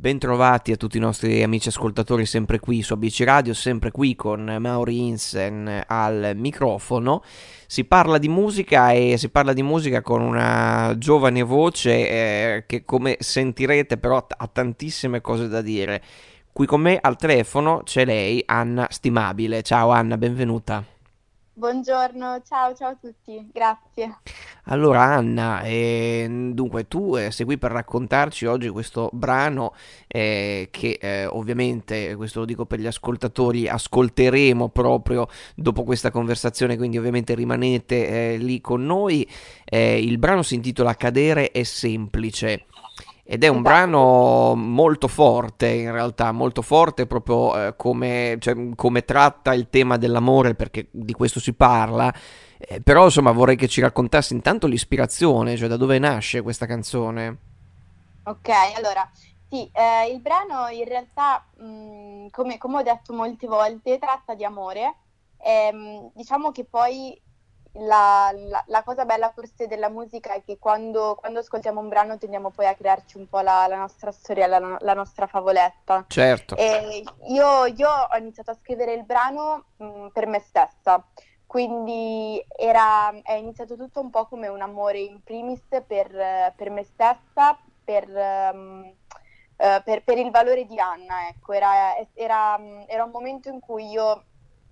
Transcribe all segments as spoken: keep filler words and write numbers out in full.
Bentrovati a tutti i nostri amici ascoltatori sempre qui su A B C Radio, sempre qui con Mauri Insen al microfono. Si parla di musica e si parla di musica con una giovane voce eh, che, come sentirete, però ha tantissime cose da dire. Qui con me al telefono c'è lei, Anna Stimabile. Ciao Anna, benvenuta. Buongiorno, ciao, ciao a tutti, grazie. Allora Anna, eh, dunque tu eh, sei qui per raccontarci oggi questo brano eh, che eh, ovviamente, questo lo dico per gli ascoltatori, ascolteremo proprio dopo questa conversazione, quindi ovviamente rimanete eh, lì con noi. Eh, il brano si intitola Cadere è semplice. Ed è un Esatto. brano molto forte, in realtà, molto forte proprio eh, come, cioè, come tratta il tema dell'amore, perché di questo si parla. Eh, però insomma vorrei che ci raccontassi intanto l'ispirazione, cioè da dove nasce questa canzone. Ok, allora, sì, eh, il brano in realtà, mh, come, come ho detto molte volte, tratta di amore. Ehm, diciamo che poi la, la- la cosa bella forse della musica è che quando, quando ascoltiamo un brano tendiamo poi a crearci un po' la, la nostra storia, la, no- la nostra favoletta. Certo, E io, io ho iniziato a scrivere il brano, mh, per me stessa. Quindi era, è iniziato tutto un po' come un amore in primis per, eh, per me stessa, per, ehm, eh, per- per il valore di Anna, ecco. Era, era- era un momento in cui io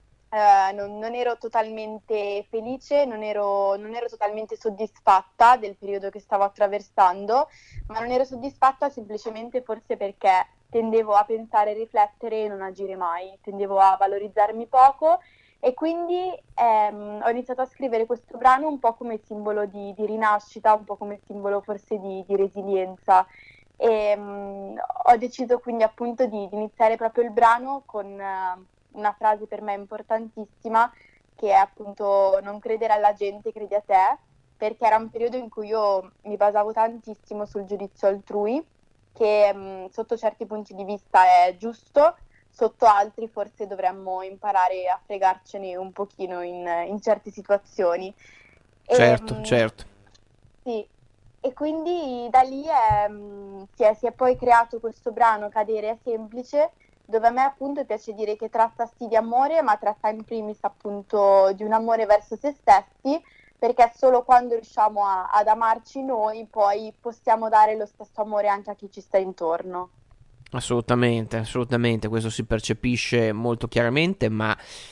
eh, non, non ero totalmente felice, non ero, non ero totalmente soddisfatta del periodo che stavo attraversando, ma non ero soddisfatta semplicemente forse perché tendevo a pensare, riflettere e non agire mai, tendevo a valorizzarmi poco e quindi ehm, ho iniziato a scrivere questo brano un po' come simbolo di, di rinascita, un po' come simbolo forse di, di resilienza. E, mh, ho deciso quindi appunto di, di iniziare proprio il brano con eh, una frase per me importantissima che è appunto non credere alla gente, credi a te, perché era un periodo in cui io mi basavo tantissimo sul giudizio altrui, che mh, sotto certi punti di vista è giusto, sotto altri forse dovremmo imparare a fregarcene un pochino in, in certe situazioni. E, certo, mh, certo. sì, e quindi da lì è, mh, si è, si è poi creato questo brano Cadere è semplice, dove a me appunto piace dire che tratta sì di amore, ma tratta in primis appunto di un amore verso se stessi, perché solo quando riusciamo a- ad amarci noi poi possiamo dare lo stesso amore anche a chi ci sta intorno. Assolutamente, assolutamente, questo si percepisce molto chiaramente, ma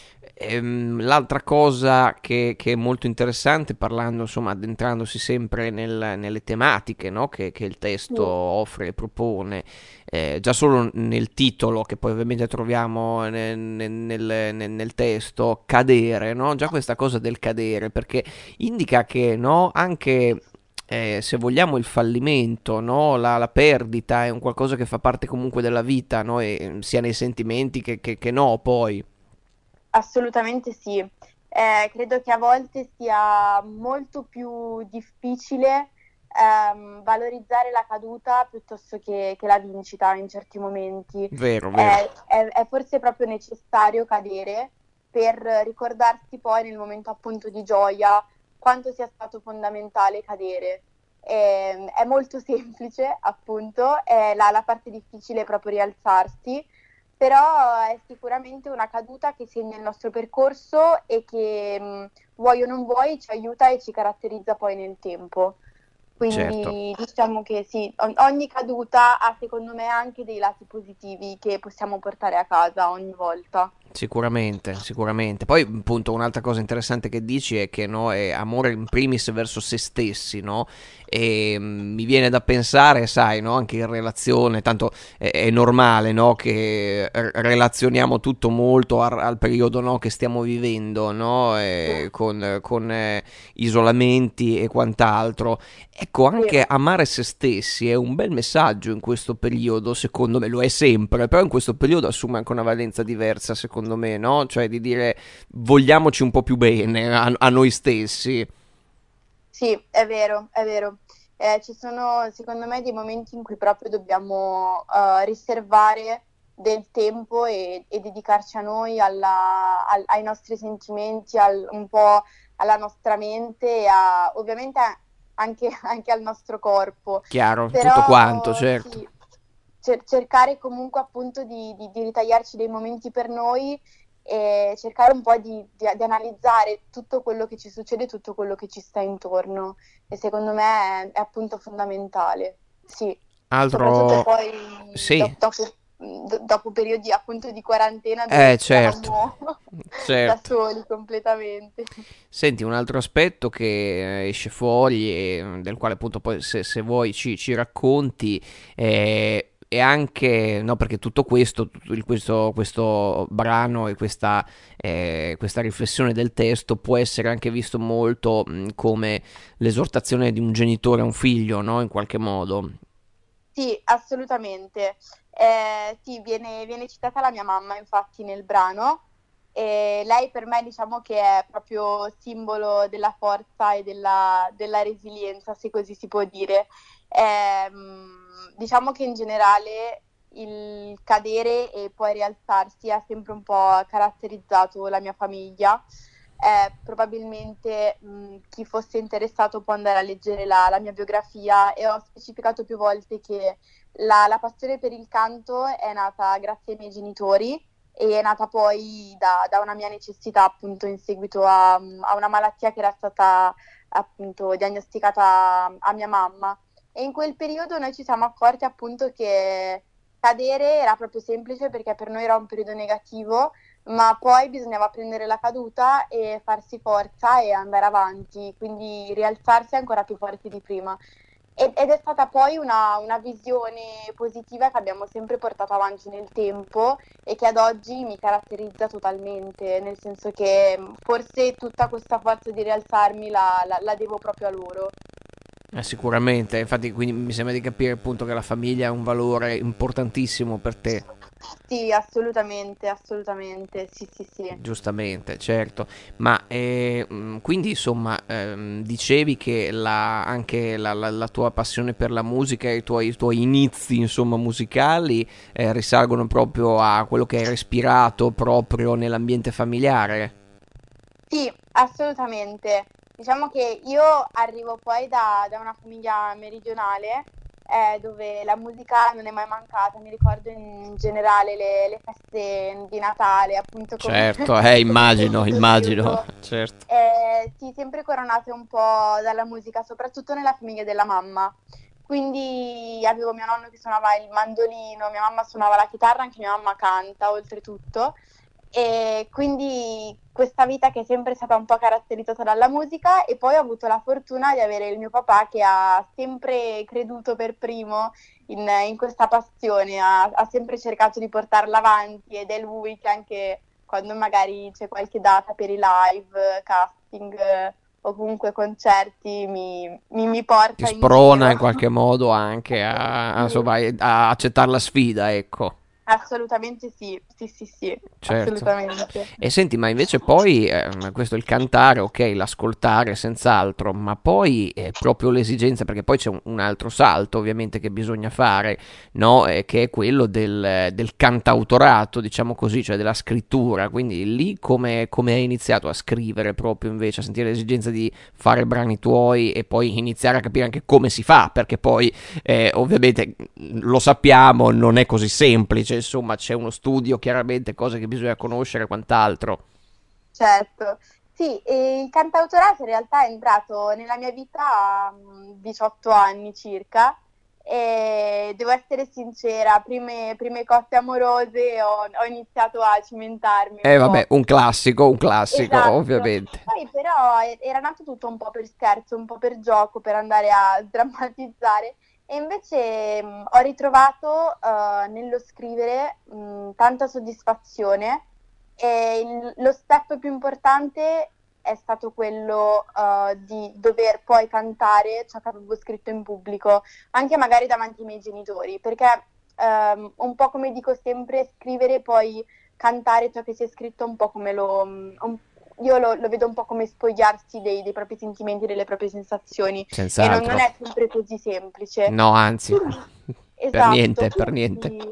ehm, l'altra cosa che, che è molto interessante, parlando, insomma, addentrandosi sempre nel- nelle tematiche, no, che, che il testo Sì, offre e propone, eh, già solo nel titolo, che poi ovviamente troviamo nel, nel- nel- nel testo, cadere, no? Già questa cosa del cadere, perché indica che, no, anche eh, se vogliamo il fallimento, no? la, la perdita è un qualcosa che fa parte comunque della vita, no? E, sia nei sentimenti che, che, che no, poi. assolutamente sì. Eh, credo che a volte sia molto più difficile ehm, valorizzare la caduta piuttosto che, che la vincita in certi momenti. Vero, vero. È, è- è forse proprio necessario cadere per ricordarsi poi nel momento appunto di gioia quanto sia stato fondamentale cadere. Ehm, è molto semplice, appunto, è la, la parte difficile è proprio rialzarsi, però è sicuramente una caduta che segna il nostro percorso e che, mh, vuoi o non vuoi, ci aiuta e ci caratterizza poi nel tempo. Certo. Quindi diciamo che sì, o- ogni caduta ha secondo me anche dei lati positivi che possiamo portare a casa ogni volta. Sicuramente, sicuramente. Poi, appunto, un'altra cosa interessante che dici è che no, è amore in primis verso se stessi, no? E mm, mi viene da pensare, sai, no, anche in relazione, tanto è, è normale, no, che r- relazioniamo tutto molto al, al periodo, no, che stiamo vivendo, no? Sì, E con, con eh, isolamenti e quant'altro. Ecco, sì. anche amare se stessi è un bel messaggio in questo periodo, secondo me, lo è sempre, però in questo periodo assume anche una valenza diversa, secondo me, no? Cioè di dire vogliamoci un po' più bene a, a noi stessi. Sì, è vero, è vero. Eh, ci sono secondo me dei momenti in cui proprio dobbiamo eh, riservare del tempo e, e dedicarci a noi, alla- al- ai nostri sentimenti, al- un po' alla nostra mente e a- ovviamente anche, anche al nostro corpo. Chiaro, tutto quanto, Però certo. sì, cer- cercare comunque appunto di, di- di ritagliarci dei momenti per noi e cercare un po' di, di- di analizzare tutto quello che ci succede, tutto quello che ci sta intorno. E secondo me è, è appunto fondamentale, sì, soprattutto Altro... poi Sì, do- dopo, do- dopo periodi appunto di quarantena dove eh certo, siamo da certo. soli completamente. Senti, un altro aspetto che eh, esce fuori e mm, del quale appunto poi se, se vuoi ci, ci racconti eh, è anche, no, perché tutto questo, tutto il- questo, questo brano e questa, eh, questa riflessione del testo può essere anche visto molto mh, come l'esortazione di un genitore a un figlio, no, in qualche modo. Sì, assolutamente. Eh, sì, viene, viene citata la mia mamma, infatti, nel brano. E lei per me diciamo che è proprio simbolo della forza e della, della resilienza, se così si può dire. Ehm, diciamo che in generale il cadere e poi rialzarsi ha sempre un po' caratterizzato la mia famiglia. Eh, probabilmente mh, chi fosse interessato può andare a leggere la, la mia biografia e ho specificato più volte che la, la passione per il canto è nata grazie ai miei genitori e è nata poi da, da una mia necessità appunto in seguito a, a una malattia che era stata appunto diagnosticata a mia mamma. E in quel periodo noi ci siamo accorti appunto che cadere era proprio semplice perché per noi era un periodo negativo, ma poi bisognava prendere la caduta e farsi forza e andare avanti, quindi rialzarsi ancora più forti di prima. Ed ed è stata poi una, una visione positiva che abbiamo sempre portato avanti nel tempo e che ad oggi mi caratterizza totalmente, nel senso che mh, forse tutta questa forza di rialzarmi la, la- la devo proprio a loro. Eh, sicuramente, infatti quindi mi sembra di capire appunto che la famiglia è un valore importantissimo per te. Sì, assolutamente, assolutamente, sì, sì, sì. Giustamente, certo, ma eh, mh, quindi insomma ehm, dicevi che la- anche la, la- la tua passione per la musica e i tuoi, i tuoi inizi insomma musicali eh, risalgono proprio a quello che hai respirato proprio nell'ambiente familiare. Sì, assolutamente. Diciamo che io arrivo poi da, da una famiglia meridionale eh, dove la musica non è mai mancata. Mi ricordo in generale le, le feste di Natale, appunto come, Certo, eh, come in immagino, questo immagino, periodo. certo. Eh, sì, sempre coronate un po' dalla musica, soprattutto nella famiglia della mamma. Quindi avevo mio nonno che suonava il mandolino, mia mamma suonava la chitarra, anche mia mamma canta oltretutto. E quindi questa vita che è sempre stata un po' caratterizzata dalla musica e poi ho avuto la fortuna di avere il mio papà che ha sempre creduto per primo in, in questa passione, ha, ha sempre cercato di portarla avanti ed è lui che anche quando magari c'è qualche data per i live, casting eh, o comunque concerti mi, mi, mi Ti porta in sprona giro. in qualche modo anche a, a, Sì. insomma, a accettare la sfida, ecco. Assolutamente sì, sì, sì, sì, Certo. assolutamente. E senti, ma invece poi, ehm, questo è il cantare, ok, l'ascoltare senz'altro, ma poi è proprio l'esigenza, perché poi c'è un, un altro salto ovviamente che bisogna fare, no? Eh, che è quello del, del cantautorato, diciamo così, cioè della scrittura. Quindi lì come, come hai iniziato a scrivere proprio invece, a sentire l'esigenza di fare brani tuoi e poi iniziare a capire anche come si fa, perché poi eh, ovviamente lo sappiamo, non è così semplice, insomma c'è uno studio, chiaramente cose che bisogna conoscere e quant'altro. Certo, sì, e il cantautorato in realtà è entrato nella mia vita a mm, diciotto anni circa e devo essere sincera, prime, prime cotte amorose ho, ho iniziato a cimentarmi E eh, un vabbè, po'. un classico, un classico, Esatto, ovviamente. poi però e- era nato tutto un po' per scherzo, un po' per gioco, per andare a sdrammatizzare e invece mh, ho ritrovato eh, nello scrivere mh, tanta soddisfazione e il- lo step più importante è stato quello eh, di dover poi cantare ciò che avevo scritto in pubblico, anche magari davanti ai miei genitori, perché ehm, un po' come dico sempre, scrivere poi cantare ciò che si è scritto un po' come lo... un- io lo, lo vedo un po' come spogliarsi dei, dei propri sentimenti, delle proprie sensazioni e non, non Senz'altro. è sempre così semplice. No, anzi, per Esatto, niente, per niente. quindi...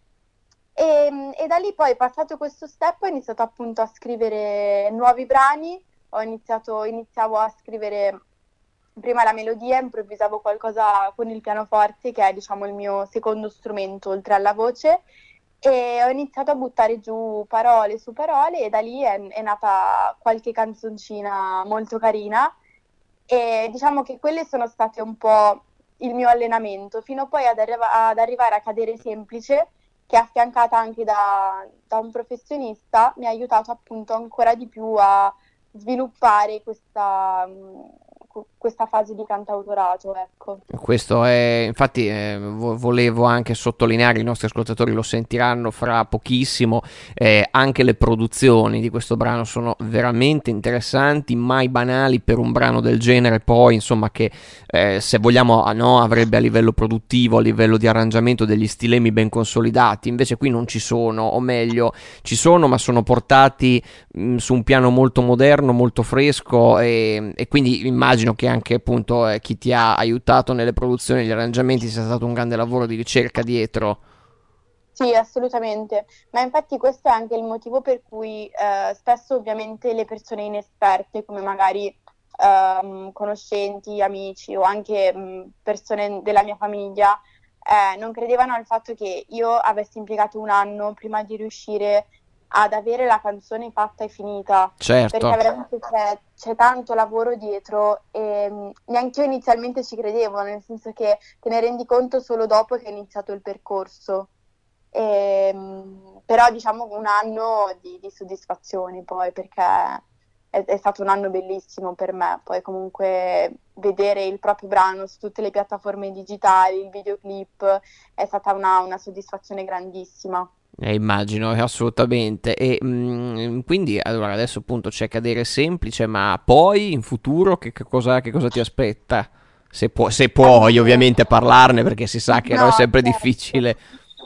E, e da lì poi, passato questo step, ho iniziato appunto a scrivere nuovi brani, ho iniziato, iniziavo a scrivere prima la melodia, improvvisavo qualcosa con il pianoforte, che è diciamo il mio secondo strumento oltre alla voce, e ho iniziato a buttare giù parole su parole e da lì è, è nata qualche canzoncina molto carina, e diciamo che quelle sono state un po' il mio allenamento, fino poi ad, arriva- ad arrivare a Cadere Semplice, che affiancata anche da, da un professionista mi ha aiutato appunto ancora di più a sviluppare questa, mh, questa fase di cantautorato, ecco. Questo è, infatti, eh, vo- volevo anche sottolineare, i nostri ascoltatori lo sentiranno fra pochissimo, eh, anche le produzioni di questo brano sono veramente interessanti, mai banali per un brano del genere, poi insomma che eh, se vogliamo ah, no, avrebbe a livello produttivo, a livello di arrangiamento degli stilemi ben consolidati, invece qui non ci sono, o meglio ci sono ma sono portati mh, su un piano molto moderno, molto fresco, e, e quindi immagino che anche appunto eh, chi ti ha aiutato nelle produzioni, gli arrangiamenti sia stato un grande lavoro di ricerca dietro. Sì, assolutamente, ma infatti questo è anche il motivo per cui eh, spesso ovviamente le persone inesperte, come magari ehm, conoscenti, amici o anche mh, persone della mia famiglia, eh, non credevano al fatto che io avessi impiegato un anno prima di riuscire ad avere la canzone fatta e finita, Certo. perché veramente c'è, c'è tanto lavoro dietro e mh, neanche io inizialmente ci credevo, nel senso che te ne rendi conto solo dopo che è iniziato il percorso. Ehm, però diciamo un anno di, di soddisfazioni poi, perché è, è stato un anno bellissimo per me, poi comunque vedere il proprio brano su tutte le piattaforme digitali, il videoclip, è stata una, una soddisfazione grandissima. Eh, immagino, eh, assolutamente. E mm, quindi allora adesso appunto c'è Cadere Semplice, ma poi in futuro che, che cosa, che cosa ti aspetta? Se, pu- se puoi ovviamente parlarne, perché si sa che no, è No, sempre certo. difficile.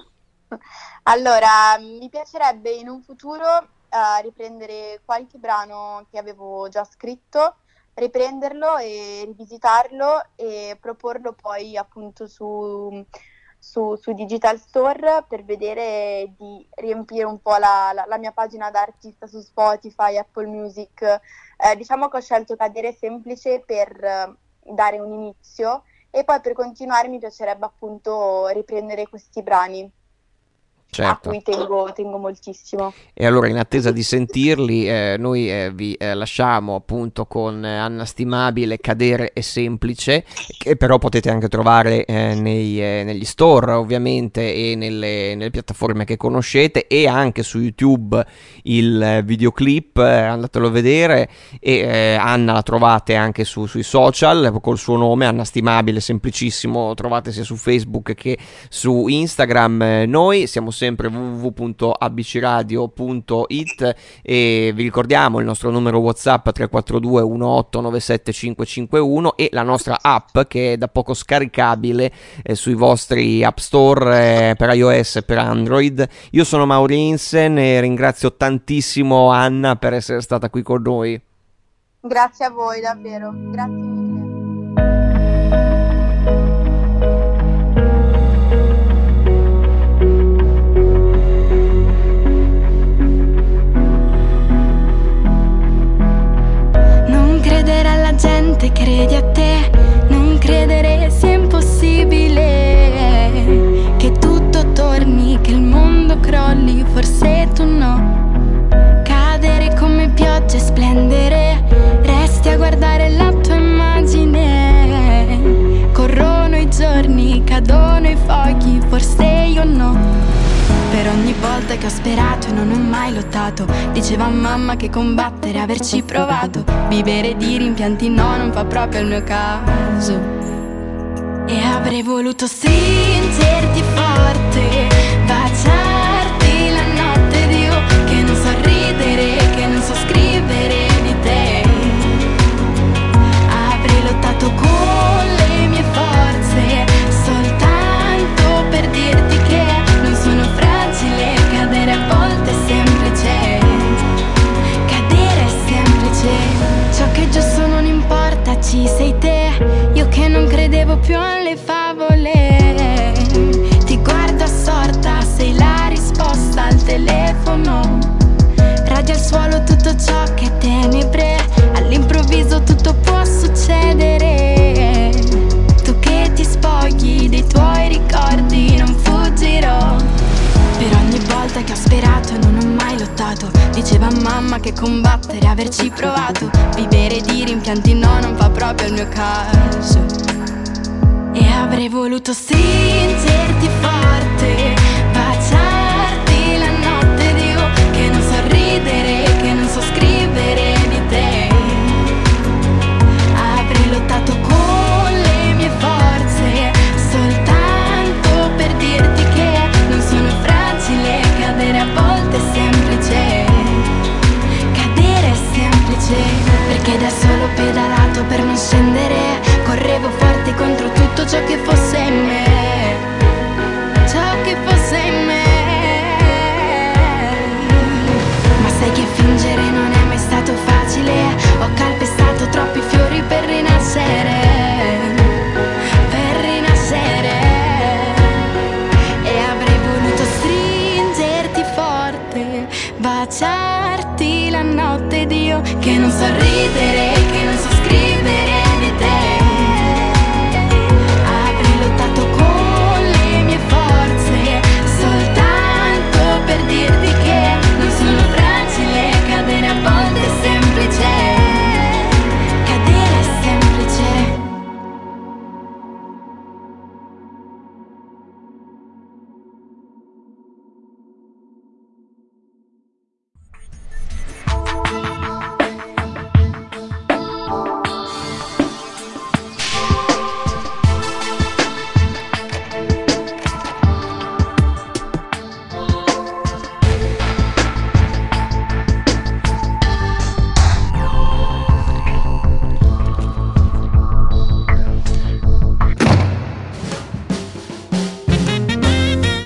Allora, mi piacerebbe in un futuro eh, riprendere qualche brano che avevo già scritto, riprenderlo e rivisitarlo e proporlo poi appunto su, su, su Digital Store per vedere di riempire un po' la, la- la mia pagina da artista su Spotify, Apple Music. Eh, diciamo che ho scelto Cadere Semplice per eh, dare un inizio e poi per continuare mi piacerebbe appunto riprendere questi brani a Certo. cui tengo, tengo moltissimo. E allora, in attesa di sentirli, eh, noi eh, vi eh, lasciamo appunto con eh, Anna Stimabile, Cadere è semplice, che però potete anche trovare eh, nei, eh, negli store ovviamente e nelle, nelle piattaforme che conoscete, e anche su YouTube il eh, videoclip, eh, andatelo a vedere, e eh, Anna la trovate anche su- sui social col suo nome, Anna Stimabile, semplicissimo, trovate sia su Facebook che su Instagram. Eh, noi siamo sempre w w w punto a b c radio punto i t e vi ricordiamo il nostro numero WhatsApp tre quattro due uno otto nove sette cinque cinque uno e la nostra app che è da poco scaricabile eh, sui vostri App Store eh, per iOS e per Android. Io sono Maurinsen e ringrazio tantissimo Anna per essere stata qui con noi. Grazie a voi, davvero. Grazie mille. Non credere alla gente, credi a te. Non credere sia impossibile, che tutto torni, che il mondo crolli, forse tu no. Cadere come pioggia e splendere, resti a guardare la tua immagine. Corrono i giorni, cadono i fuochi, forse io no. Per ogni volta che ho sperato e non ho mai lottato, diceva mamma che combattere, averci provato. Vivere di rimpianti no, non fa proprio il mio caso. E avrei voluto stringerti forte, baciarti la notte ed io che non so ridere, che non so scrivere di te. Avrei lottato con le mie forze, soltanto per dirti che non sono fragile, cadere a volte è semplice, cadere è semplice. Ciò che è giusto non importa, ci sei te. Io che non credevo più alle favole, ti guardo assorta mamma che combattere, averci provato. Vivere di rimpianti no, non fa proprio il mio caso. E avrei voluto stringerti forte, baciarti la notte di io, che non so ridere, che non so scrivere di te. Avrei lottato con le mie forze, soltanto per dirti che non sono fragile, cadere a volte è semplice, cadere è semplice. Perché da solo pedalato per non scendere, correvo forte contro tutto ciò che fosse in me, ciò che fosse in me. Ma sai che fingere non è mai stato facile, ho calpestato troppi fiori per rinascere, per rinascere. E avrei voluto stringerti forte, baciarti la notte di io, che non so ridere,